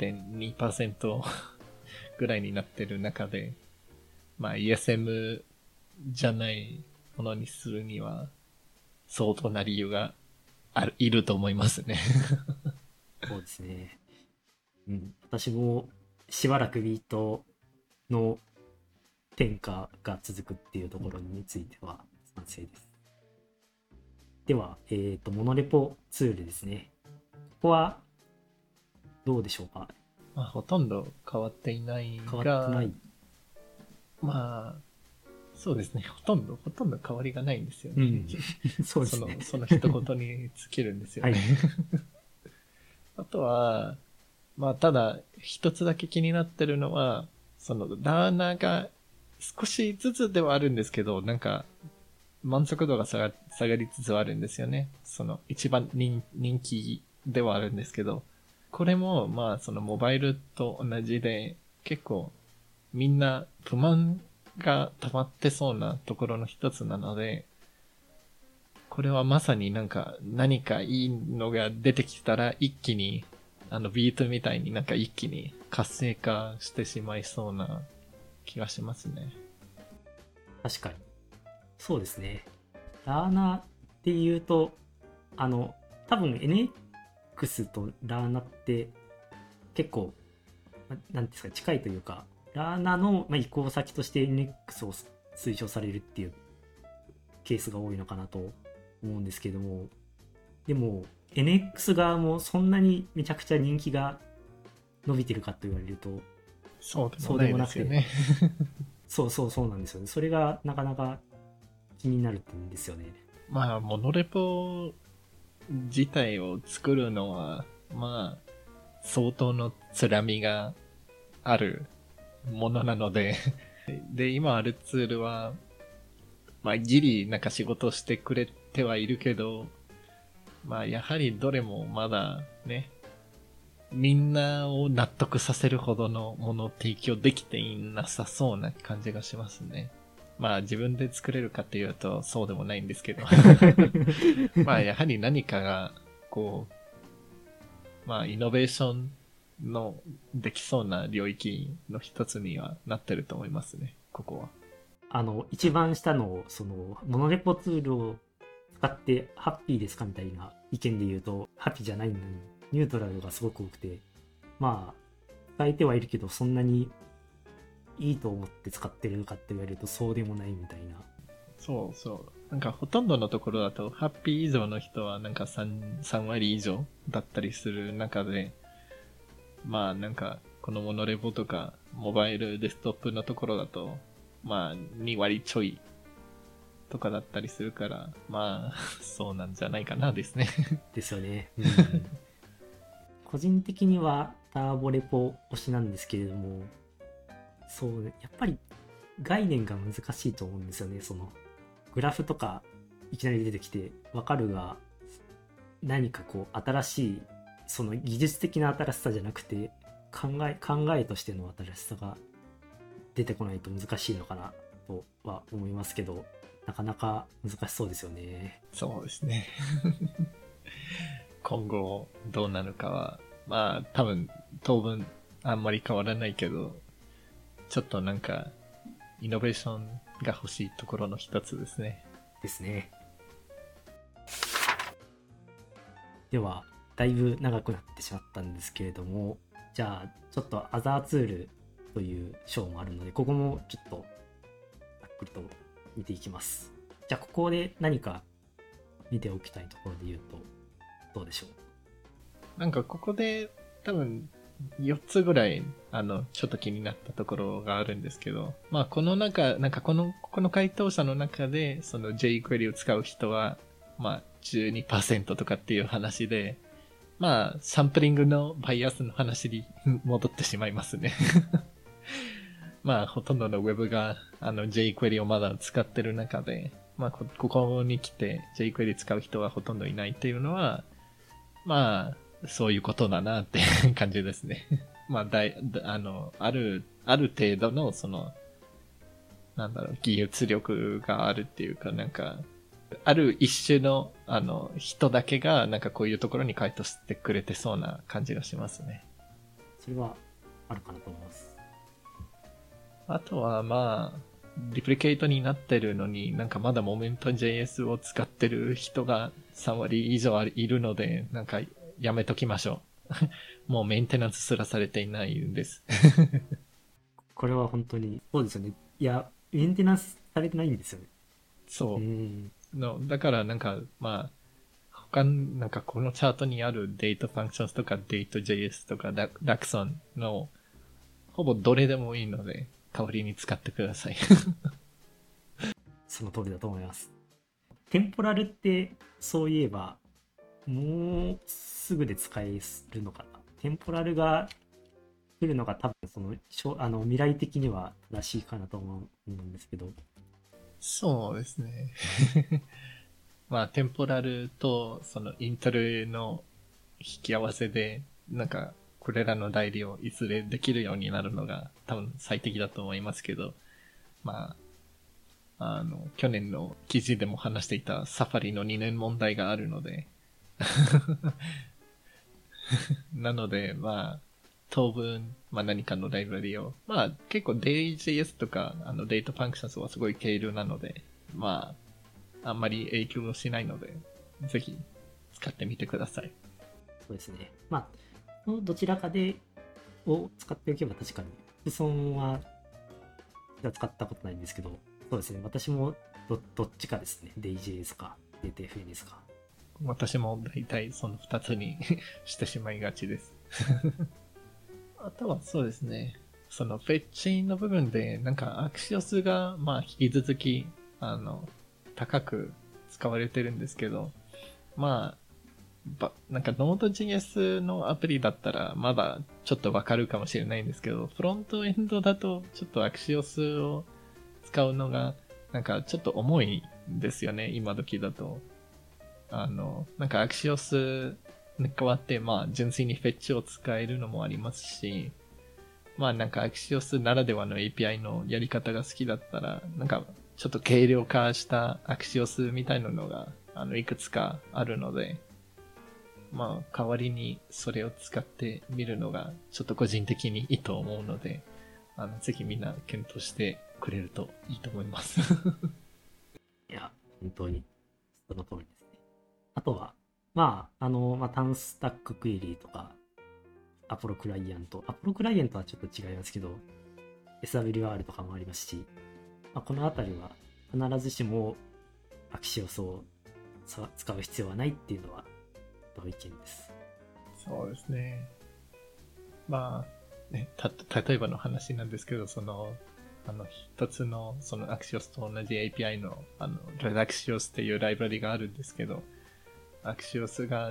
0.2% ぐらいになってる中で、まあ ESM じゃないものにするには相当な理由がいると思いますね。 そうですね。うん、私もしばらくビートの転化が続くっていうところについては賛成です。では、モノレポツールですね。ここはどうでしょうか。 まあ、ほとんど変わっていない変が、 わってない。 まあ、そうですね。ほとんど変わりがないんですよね。 うん。そうですね。 その一言に尽きるんですよね。 はい。 あとは、まあ、ただ、一つだけ気になってるのは、その、ダーナが少しずつではあるんですけど、なんか、満足度が下がりつつあるんですよね。その、一番人気ではあるんですけど、これも、まあ、そのモバイルと同じで、結構、みんな不満が溜まってそうなところの一つなので、これはまさになんか何かいいのが出てきたら一気にビートみたいになんか一気に活性化してしまいそうな気がしますね。 確かに。そうですね。ラーナっていうと、多分 NX とラーナって結構、なんですか、近いというか、ラーナの移行先として NX を推奨されるっていうケースが多いのかなと思うんですけども、でも NX 側もそんなにめちゃくちゃ人気が伸びてるかと言われると、 そうでそうでもないもなくて、 ですよね。 そうなんですよね。それがなかなか気になるんですよね。 まあ、モノレポ自体を作るのは、まあ、相当のつらみがあるものなのでで、今あるツールは、まあ、ギリなんか仕事をしてくれてはいるけど、まあ、やはりどれもまだね、みんなを納得させるほどのものを提供できていなさそうな感じがしますね。まあ自分で作れるかっていうとそうでもないんですけど。まあやはり何かが、こう、まあイノベーションのできそうな領域の一つにはなってると思いますね、ここは。 一番下の、モノレポツールを使ってハッピーですかみたいな意見で言うと、ハッピーじゃないのに、ニュートラルがすごく多くて、まあ、使えてはいるけど、そんなにいいと思って使ってるかって言われると、そうでもないみたいな。 そうそう。なんかほとんどのところだと、ハッピー以上の人はなんか3割以上だったりする中で、まあなんか、このモノレポとか、モバイルデスクトップのところだと、まあ2割ちょいとかだったりするから、まあ、そうなんじゃないかなですね。 ですよね。うん。個人的にはターボレポ推しなんですけれども、そう、やっぱり概念が難しいと思うんですよね。グラフとかいきなり出てきてわかるが、何かこう新しい、その技術的な新しさじゃなくて、考えとしての新しさが出てこないと難しいのかなとは思いますけど、なかなか難しそうですよね。 そうですね。今後どうなるかは、まあ多分、当分あんまり変わらないけど、ちょっとなんか、イノベーションが欲しいところの一つですね。 ですね。では、だいぶ長くなってしまったんですけれども、じゃあ、ちょっとアザーツールという章もあるので、ここもちょっとざっくりと見ていきます。じゃあ、ここで何か見ておきたいところで言うと、どうでしょう。 なんかここで多分4つぐらい、ちょっと気になったところがあるんですけど、まあこの中、なんかこの回答者の中で、その jQuery を使う人は、まあ12%とかっていう話で、まあサンプリングのバイアスの話に戻ってしまいますね。まあほとんどの Web がjQuery をまだ使ってる中で、まあここに来て jQuery 使う人はほとんどいないっていうのは、まあ、そういうことだなって感じですね。まあ、ある程度の、なんだろう、技術力があるっていうか、なんか、ある一種の、人だけが、なんかこういうところに回答してくれてそうな感じがしますね。 それはあるかなと思います。 あとは、まあ、リプリケートになってるのに、なんかまだモメント JS を使ってる人が3割以上いるので、なんかやめときましょう。もうメンテナンスすらされていないんです。 これは本当に、そうですよね。いや、メンテナンスされてないんですよね。うそん。 う。だからなんか、まあ、 なんかこのチャートにあるデートファンクションとかデート JS とかラクソンのほぼどれでもいいので代わりに使ってください。 その通りだと思います。テンポラルってそういえばもうすぐで使えるのかな。テンポラルが来るのが多分未来的には正しいかなと思うんですけど。 そうですね。まあテンポラルとそのイントルの引き合わせでなんかこれらの代理をいずれできるようになるのが多分最適だと思いますけど、まあ去年の記事でも話していたサファリの2年問題があるのでなので、まあ、当分、まあ何かのライブラリを、まあ結構 DayJS とか、データファンクションズはすごい軽量なので、まあ、あんまり影響しないので、ぜひ使ってみてください。 そうですね。まあ、どちらかを使っておけば確かに、Python は使ったことないんですけど、そうですね。私もどっちかですね。DayJS か DataFNS か。 私も大体その2つにしてしまいがちです。あとはそうですね。そのフェッチの部分で、なんかアクシオスが、まあ引き続き、高く使われてるんですけど、まあ、なんか Node.js のアプリだったらまだちょっとわかるかもしれないんですけど、フロントエンドだとちょっとアクシオスを使うのがなんかちょっと重いんですよね、今時だと。なんかアクシオスに代わって、まあ純粋にフェッチを使えるのもありますし、まあなんかアクシオスならではの API のやり方が好きだったら、なんかちょっと軽量化したアクシオスみたいなのが、いくつかあるので、まあ代わりにそれを使ってみるのがちょっと個人的にいいと思うので、ぜひみんな検討してくれるといいと思います。 いや、本当にその通りですね。あとは、まあ、タンスタッククエリーとか、アポロクライアントはちょっと違いますけど、SWR とかもありますし、まあ、このあたりは必ずしもアクシオスを使う必要はないっていうのは同意見です。 そうですね。まあ、ね、例えばの話なんですけど、一つの、アクシオスと同じ API の、アクシオスっていうライブラリがあるんですけど、アクシオスが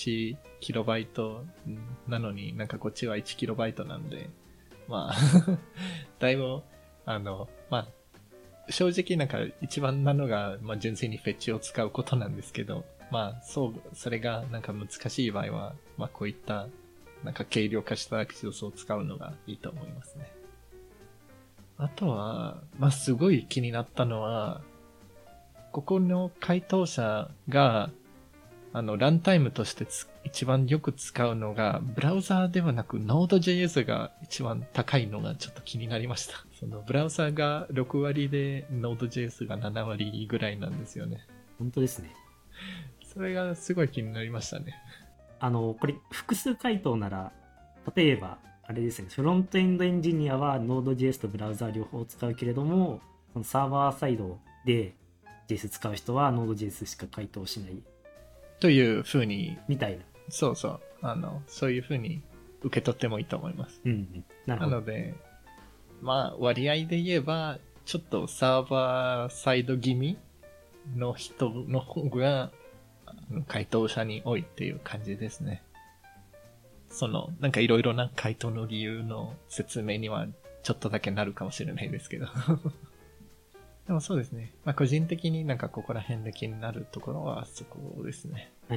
11KB なのになんかこっちは 1KB なんで、まあ、だいぶ、まあ、正直なんか一番なのが、まあ純粋にフェッチを使うことなんですけど、まあ、それがなんか難しい場合は、まあこういった、なんか軽量化したアクシオスを使うのがいいと思いますね。あとは、まあすごい気になったのは、ここの回答者が、ランタイムとして一番よく使うのが、ブラウザーではなく Node.js が一番高いのがちょっと気になりました。ブラウザーが6割で Node.js が7割ぐらいなんですよね。 本当ですね。 それがすごい気になりましたね。 これ複数回答なら、例えば、あれですね、フロントエンドエンジニアは Node.js とブラウザー両方使うけれども、そのサーバーサイドで JS 使う人は Node.js しか回答しない。 という風に、 みたいな。 そうそう。そういう風に受け取ってもいいと思います。 うん。なるほど。 なので、まあ、割合で言えば、ちょっとサーバーサイド気味の人の方が、回答者に多いっていう感じですね。なんかいろいろな回答の理由の説明にはちょっとだけなるかもしれないですけど。でもそうですね。まあ個人的になんかここら辺で気になるところはそこですね。 はい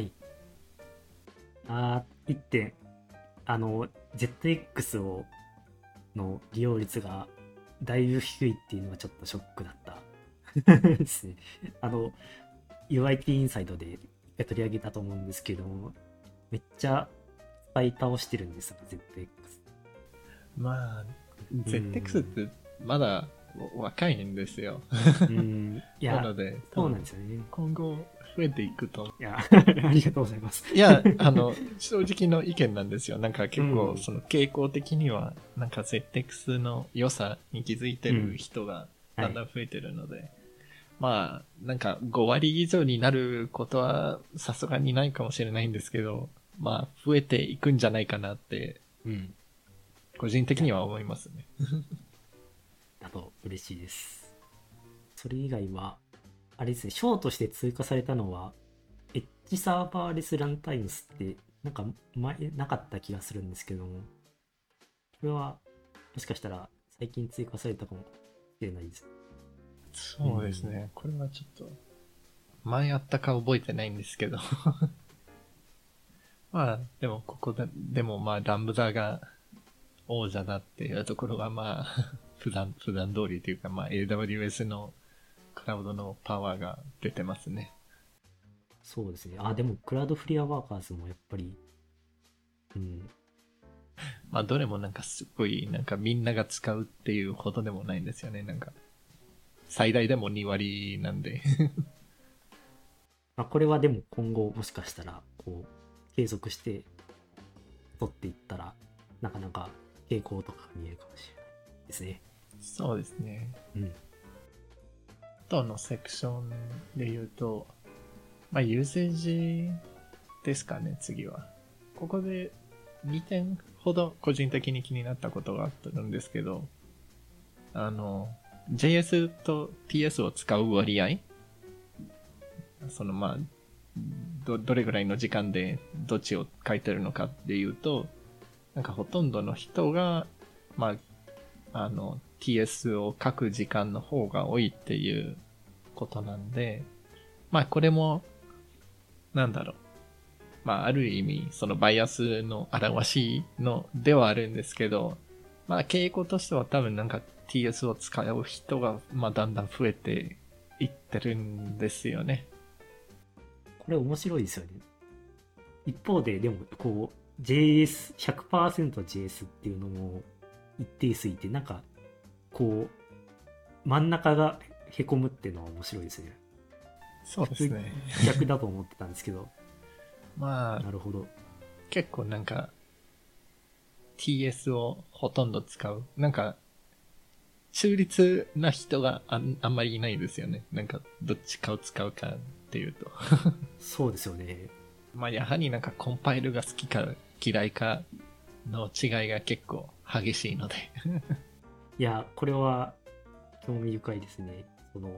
。1点。ZX の利用率がだいぶ低いっていうのはちょっとショックだったですね。UIT インサイドで一回取り上げたと思うんですけども、めっちゃ使い倒してるんですよ、ZX。 まあ、ZX ってまだ若いんですよ。 いや、 なので、 そうなんですよね。 今後増えていくと。 いや、ありがとうございます。 いや、正直の意見なんですよ。なんか結構、傾向的には、なんか ZX の良さに気づいてる人がだんだん増えてるので、 まあ、なんか5割以上になることはさすがにないかもしれないんですけど、まあ、増えていくんじゃないかなって、 うん。 個人的には思いますね。 だと嬉しいです。それ以外は、あれですね、章として追加されたのは、エッジサーバーレスランタイムスって、なんか前なかった気がするんですけども、これはもしかしたら最近追加されたかもしれないです。 そうですね。これはちょっと、前あったか覚えてないんですけど。まあ、でもここでもまあ、ラムダが王者だっていうところはまあ、普段通りというかまあ、AWS のクラウドのパワーが出てますね。 そうですね。あ、でもクラウドフリアワーカーズもやっぱり、うん、 まあ、どれもなんかすごい、なんかみんなが使うっていうほどでもないんですよね。なんか、最大でも2割なんで。 まあ、これはでも今後もしかしたら、こう、継続して取っていったら、なかなか傾向とかが見えるかもしれないですね。 そうですね。 うん。 あとのセクションで言うと、まあ、ユーセージですかね、次は。ここで2点ほど個人的に気になったことがあったんですけど、JS と TS を使う割合、そのまあ、どれぐらいの時間でどっちを書いてるのかっていうと、なんかほとんどの人が、まあ、TS を書く時間の方が多いっていうことなんで、まあこれも、なんだろう。まあある意味、そのバイアスの表しのではあるんですけど、まあ傾向としては多分なんか TS を使う人が、まあだんだん増えていってるんですよね。 これ面白いですよね。一方で、でも、こう、JS、100%JS っていうのも一定数いて、なんか、こう、真ん中がへこむっていうのは面白いですね。 そうですね。 逆だと思ってたんですけど、 まあなるほど。 結構なんか TS をほとんど使う。なんか中立な人があんまりいないですよね。なんかどっちかを使うかっていうと。 そうですよね。 まあやはりなんかコンパイルが好きか嫌いかの違いが結構激しいので。 いや、これは興味深いですね。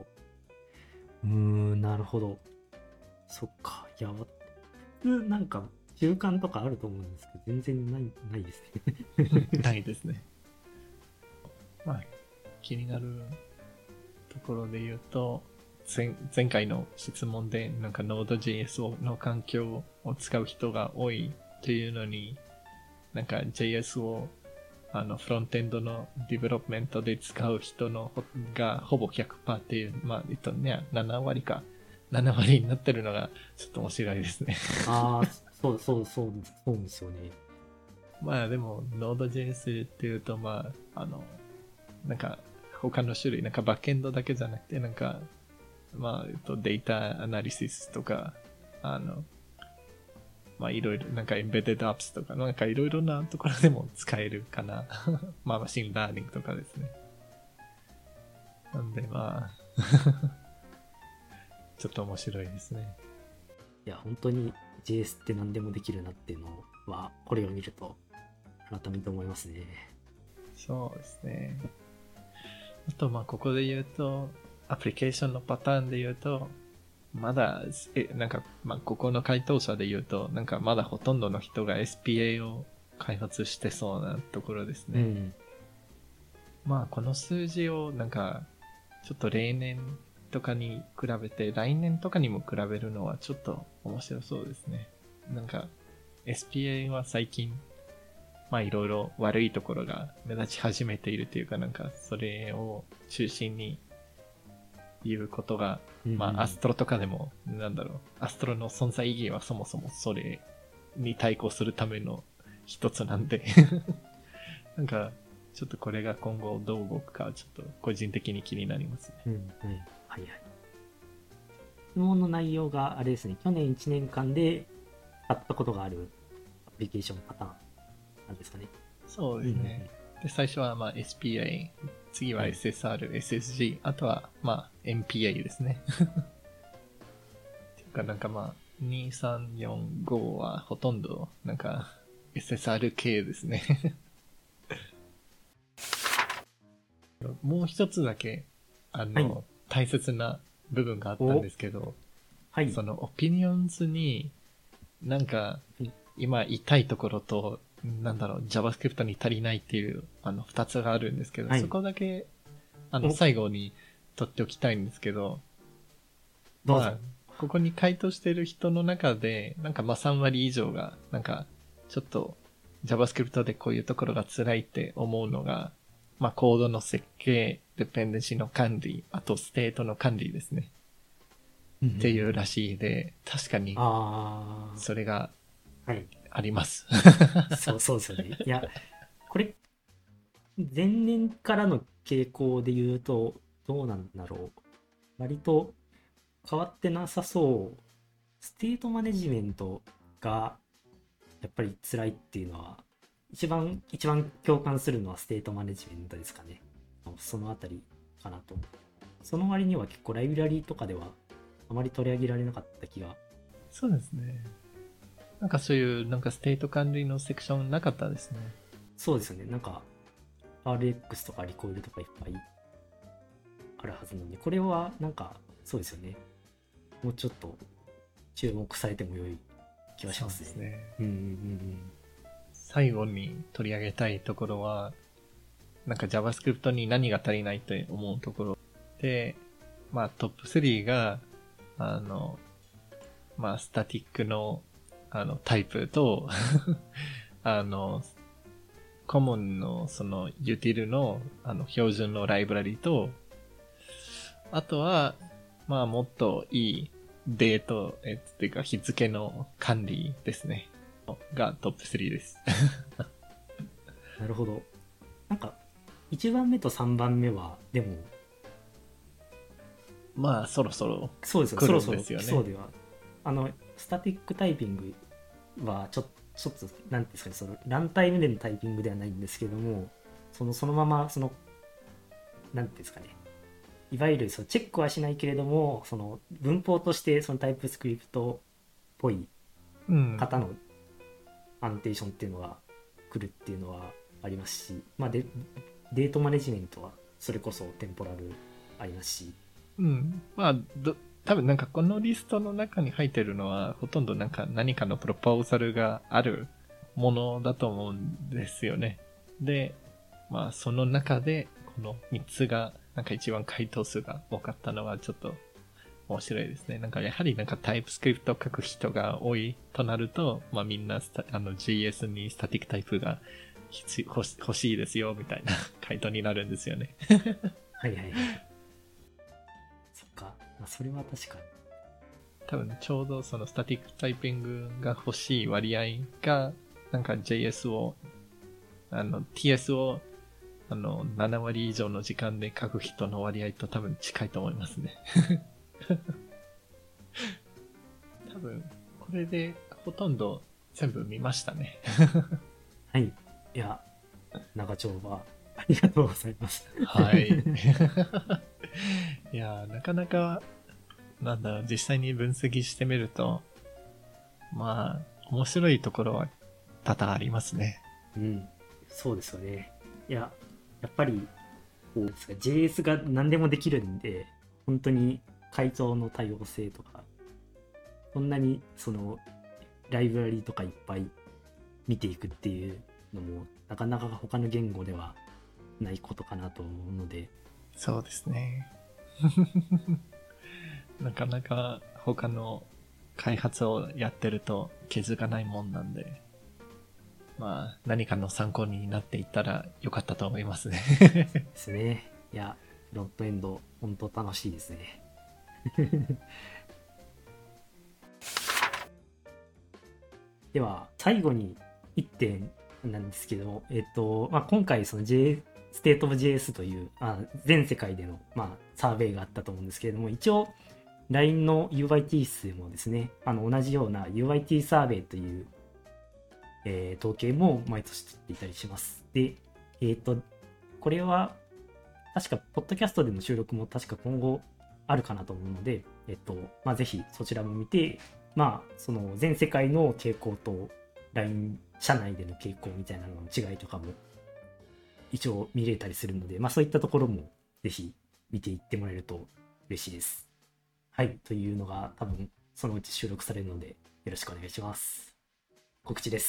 なるほど。そっか。いや、普通なんか習慣とかあると思うんですけど、全然ないですね。 ないですね。まあ気になるところで言うと、前回の質問でなんか Node.js の環境を使う人が多いというのに、なんか JS をフロントエンドのディベロップメントで使う人のがほぼ100%っていう、まあ、7割か。7割になってるのがちょっと面白いですね。 ああ、そうですよね。 まあでも Node.js っていうとまあ、なんか他の種類、なんかバックエンドだけじゃなくて、なんか、まあ、データアナリシスとか、まあいろいろ、なんかエンベデッドアップスとか、なんかいろいろなところでも使えるかな。まあマシンラーニングとかですね。なんでまあ、ちょっと面白いですね。 いや、本当に JS って何でもできるなっていうのは、これを見ると改めて思いますね。 そうですね。あとまあここで言うと、アプリケーションのパターンで言うと、まだ、なんか、まあ、ここの回答者で言うと、なんかまだほとんどの人が SPA を開発してそうなところですね。 うん。 まあ、この数字をなんか、ちょっと例年とかに比べて、来年とかにも比べるのはちょっと面白そうですね。なんか、SPA は最近、まあいろいろ悪いところが目立ち始めているというか、なんか、それを中心にいうことが、まあ、アストロとかでも、なんだろう、アストロの存在意義はそもそもそれに対抗するための一つなんでなんか、ちょっとこれが今後どう動くか、ちょっと個人的に気になりますね。 うん、うん。はいはい。質問の内容があれですね、去年1年間で使ったことがあるアプリケーションパターンなんですかね。 そうですね。 で、最初はまあ SPA、次は SSR、SSG、あとはまあ MPA ですね。っていうかなんかまあ、2、3、4、5はほとんどなんか SSR 系ですね。もう一つだけ、 はい。 大切な部分があったんお、 ですけど、 はい。 そのオピニオンズになんか今痛いところと、なんだろう、JavaScript に足りないっていう、二つがあるんですけど、そはい。 こだけ、 お、 最後に取っておきたいんですけど、まあ、 どうぞ。 ここに回答してる人の中で、なんかまあ3割以上が、なんか、ちょっと JavaScript でこういうところが辛いって思うのが、まあコードの設計、デペンデンシの管理、あとステートの管理ですね。 うんうんうっていうん。 らしいで、確かにあそれがあ、はい。 あります。 そうですよね。いや、これ、前年からの傾向で言うと、どうなんだろう。割と変わってなさそう。ステートマネジメントがやっぱり辛いっていうのは、一番共感するのはステートマネジメントですかね。そのあたりかなと。その割には結構ライブラリーとかではあまり取り上げられなかった気が。 そうですね。なんかそういう、なんかステート管理のセクションなかったですね。 そうですよね。なんか RX とかリコイルとかいっぱいあるはずなのに、これはなんかそうですよね。もうちょっと注目されても良い気はしそうますね。 ですね。 うんうんうん最後に取り上げたいところは、なんか JavaScript に何が足りないって思うところで、まあトップ3が、あの、まあスタティックの、タイプと、あの、コモンのそのユティルの、標準のライブラリと、あとは、まあもっといいデート、っていうか日付の管理ですね。がトップ3です。 なるほど。なんか1番目と3番目はでもまあそろそろそうですよ。 来るんそろそろですよね。 来そうでは。スタティックタイピングはちょっと、なんていうんですかね、その、ランタイムでのタイピングではないんですけども、そのまま、なんていうんですかね、いわゆるそのチェックはしないけれども、その文法としてそのタイプスクリプトっぽいうん。 型のアノテーションっていうのが来るっていうのはありますし、まあ、デートマネジメントはそれこそテンポラルありますし、 うん。まあ、多分なんかこのリストの中に入ってるのは、ほとんどなんか何かのプロポーザルがあるものだと思うんですよね。で、まあその中で、この3つが、なんか一番回答数が多かったのがちょっと面白いですね。なんかやはりなんかタイプスクリプトを書く人が多いとなると、まあみんなGS にスタティックタイプが欲しいですよ、みたいな回答になるんですよね。 はいはいはい。そっか。まあ、それは確かに。 多分ちょうどそのスタティックタイピングが欲しい割合が、なんか JS を、TS を、7割以上の時間で書く人の割合と多分近いと思いますね。多分、これでほとんど全部見ましたね。 はい。いや、長丁場、ありがとうございます。 はい。いやー、なかなか、なんだろう、実際に分析してみると、まあ、面白いところは多々ありますね。 うん。そうですよね。いや、やっぱり、こうですか、JS が何でもできるんで、本当に回答の多様性とか、こんなにライブラリとかいっぱい見ていくっていうのも、なかなか他の言語ではないことかなと思うので、 そうですね。なかなか他の開発をやってると気づかないもんなんで、まあ何かの参考になっていったらよかったと思いますね。 ですね。いや、フロントエンド、本当楽しいですね。では、最後に1点なんですけど、まあ、今回ステートオブ JS という、全世界での、まあ、サーベイがあったと思うんですけれども、一応、LINE の UIT 数もですね、同じような UIT サーベイという、統計も毎年取っていたりします。で、 これは、確か、ポッドキャストでの収録も確か今後あるかなと思うので、ぜひそちらも見て、その全世界の傾向と LINE 社内での傾向みたいなのの違いとかも一応見れたりするので、そういったところもぜひ見ていってもらえると嬉しいです。はい、というのが多分そのうち収録されるのでよろしくお願いします。告知です。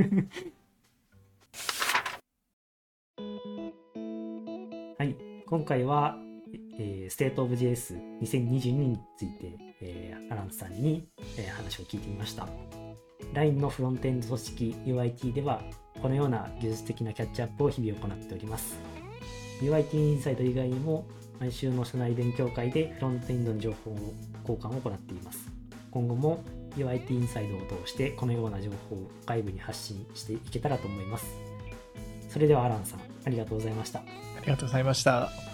はい、今回は、State of JS2022 について、アランさんに、話を聞いてみました。LINE のフロントエンド組織 UIT ではこのような技術的なキャッチアップを日々行っております。UIT インサイド以外にも毎週の社内勉強会でフロントエンドの情報交換を行っています。今後も UIT インサイドを通してこのような情報を外部に発信していけたらと思います。それではアランさん、ありがとうございました。 ありがとうございました。